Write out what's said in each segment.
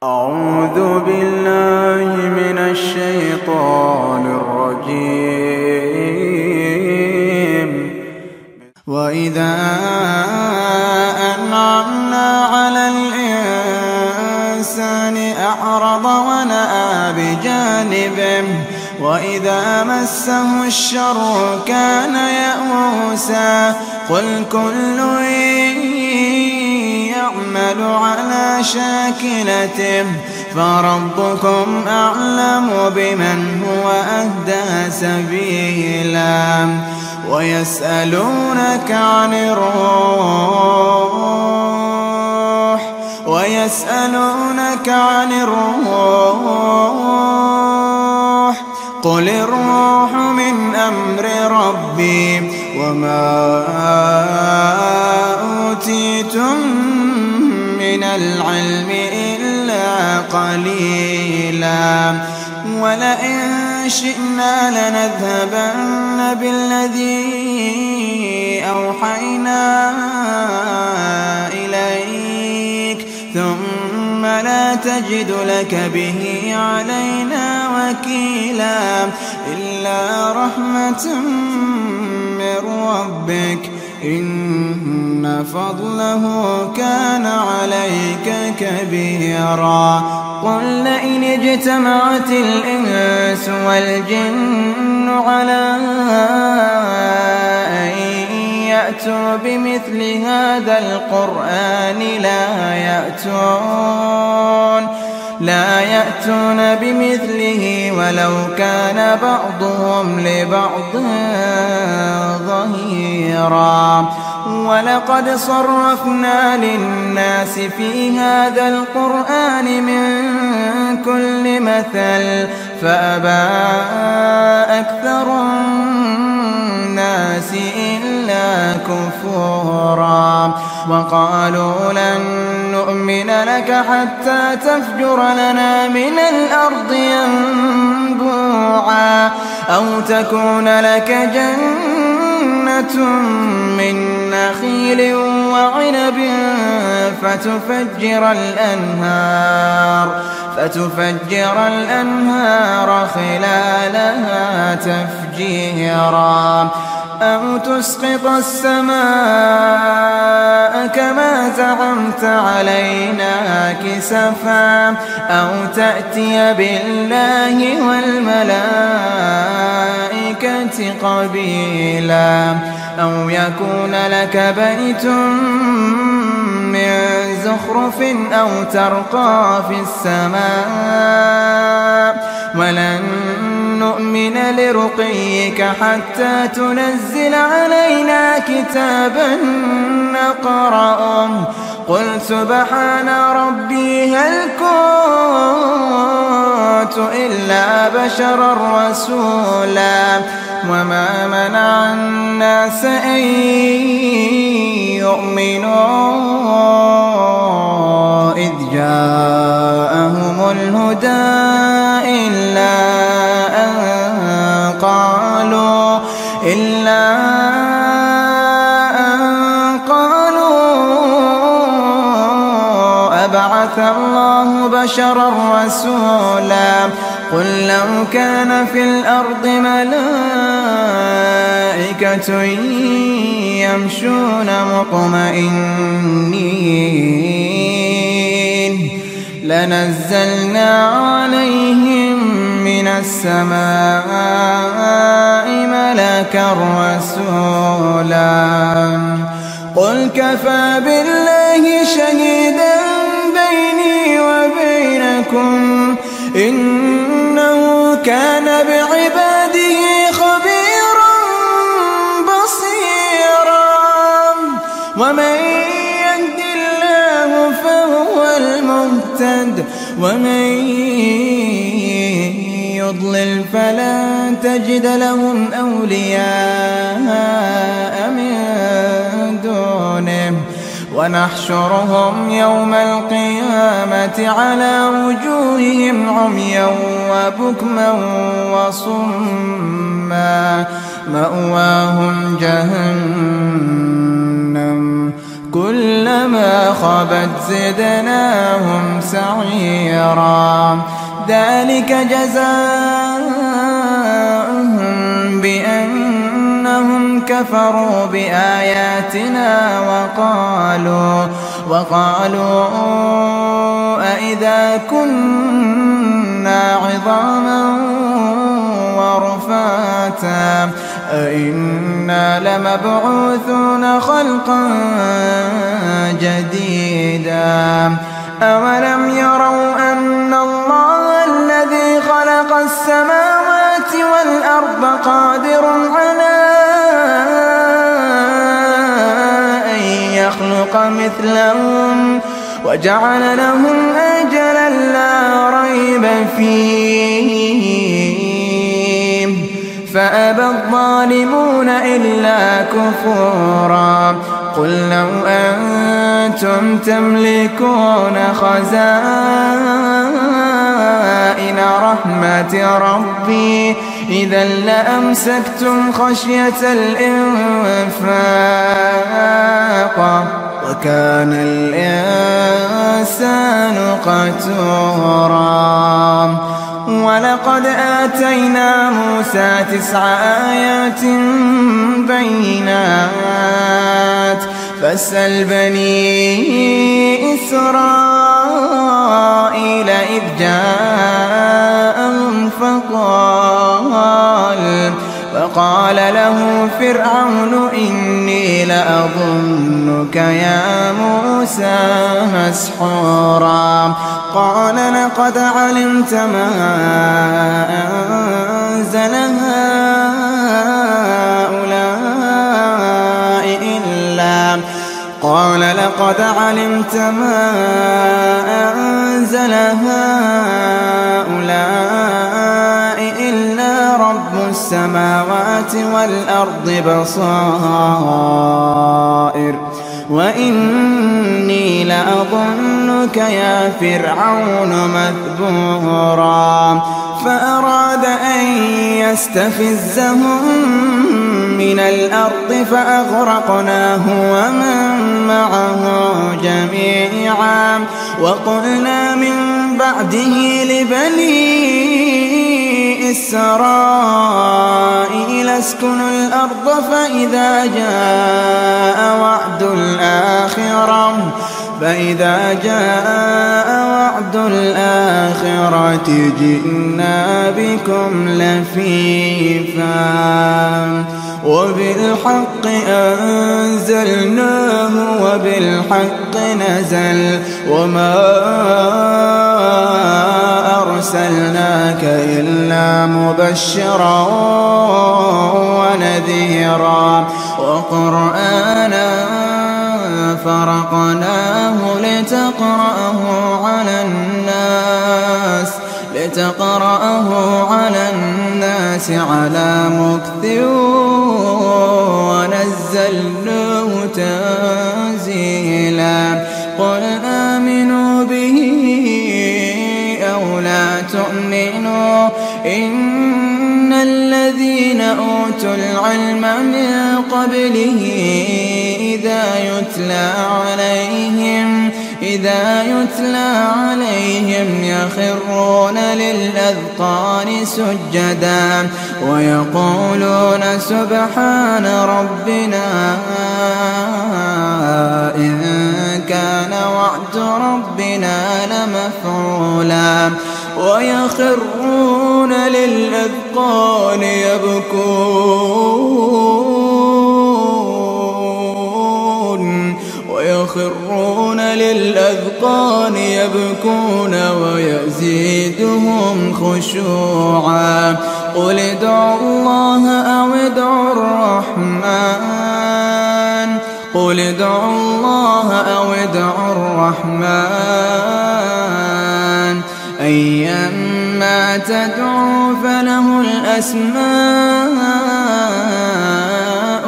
أعوذ بالله من الشيطان الرجيم. وإذا أنعمنا على الإنسان أعرض ونأى بجانبه وإذا مسه الشر كان يئوسا. قل كل يعمل على شاكلته فربكم أعلم بمن هو أهدى سبيلا. ويسألونك عن الروح قل الروح من أمر ربي وما أوتيتم من العلم إلا قليلا. ولئن شئنا لنذهبن بالذي أوحينا إليك ثم لا تجد لك به علينا وكيلا إلا رحمة من ربك إن فضله كان عليك كبيرا. قل لئن اجتمعت الإنس والجن على أن يأتوا بمثل هذا القرآن لا يأتون بمثله ولو كان بعضهم لبعض ظهيرا. ولقد صرفنا للناس في هذا القرآن من كل مثل فأبى أكثر الناس إلا كفورا. وقالوا لن نؤمن لك حتى تفجر لنا من الأرض ينبوعا أو تكون لك جنة من نخيل وعنب فتفجر الأنهار خلالها تفجيرا أو تسقط السماء كما زعمت علينا كسفا أو تأتي بالله والملائكة قبيلا أو يكون لك بيت من زخرف أو ترقى في السماء ولن نؤمن لرقيك حتى تنزل علينا كتابا نقرأه. قل سبحان ربي هل كنت إلا بشرا رسولا. وما منع الناس أن يؤمنوا إذ جاءهم الهدى إلا أن قالوا أبعث الله بشرا رسولا. قل لو كان في الأرض ملائكة يمشون مطمئنين لنزلنا عليهم من السماء ملكا رسولا. قل كفى بالله شهيدا بيني وبينكم إنه كان بعباده خبيرا بصيرا. ومن يهد الله فهو المهتد ومن يضلل فلن تجد لهم أولياء من دونه. ونحشرهم يوم القيامة على وجوههم عميا وبكما وصما مأواهم جهنم كلما خبت زدناهم سعيرا ذلك جزاؤهم بأنهم كفروا بآياتنا وقالوا أإذا كنا عظاما ورفاتا أإنا لمبعوثون خلقا جديدا أولم يروا أن الله الذي خلق السماوات والأرض قادر على أن يخلق مثلهم وجعل لهم أجلا لا ريب فيه فأبى الظالمون إلا كفورا قل لو أنتم تملكون خزائن رحمة ربي إذا لأمسكتم خشية الإنفاق وكان الإنسان قتورا ولقد آتينا موسى 9 آيات بينات فاسأل بني إسرائيل إذ جاءهم فقال له فرعون إني لأظنك يا موسى مسحورا قال لقد علمت ما أنزل هؤلاء إلا رب السماوات والأرض بصائر وإني لأظنك يا فرعون مذبورا فأراد أن يستفزهم من الأرض فأغرقناه ومن معه جميعا وقلنا من بعده لبني إسرائيل اسكنوا الأرض فإذا جاء وعد الآخرة جئنا بكم لفيفا وبالحق أنزلناه وبالحق نزل وما أرسلناك إلا مبشرا ونذيرا وقرآنا فرقناه لتقرأه على الناس على مكث ونزلناه تنزيلا قل آمنوا به أو لا تؤمنوا إن الذين أوتوا العلم من قبله إذا يتلى عليهم يخرون للأذقان سجدا ويقولون سبحان ربنا إن كان وعد ربنا لمفعولا ويخرون للأذقان يبكون ويزيدهم خشوعا قل ادعوا الله أو ادعوا الرحمن أيما تدعوا فله الأسماء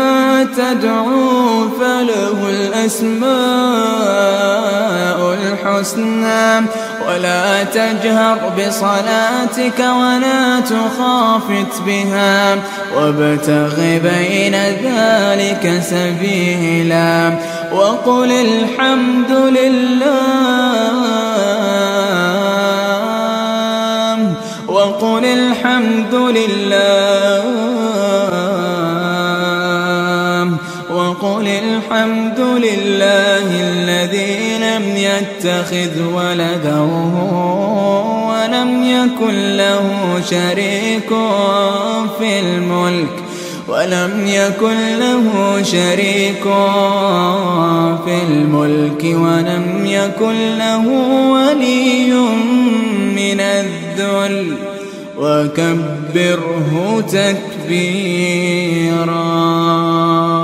الحسنى الحسنى ولا تجهر بصلاتك ولا تخافت بها وابتغ بين ذلك سبيلا وقل الحمد لله الذي لم يتخذ ولدا ولم يكن له شريك في الملك ولم يكن له ولي من الذل وكبره تكبيرا.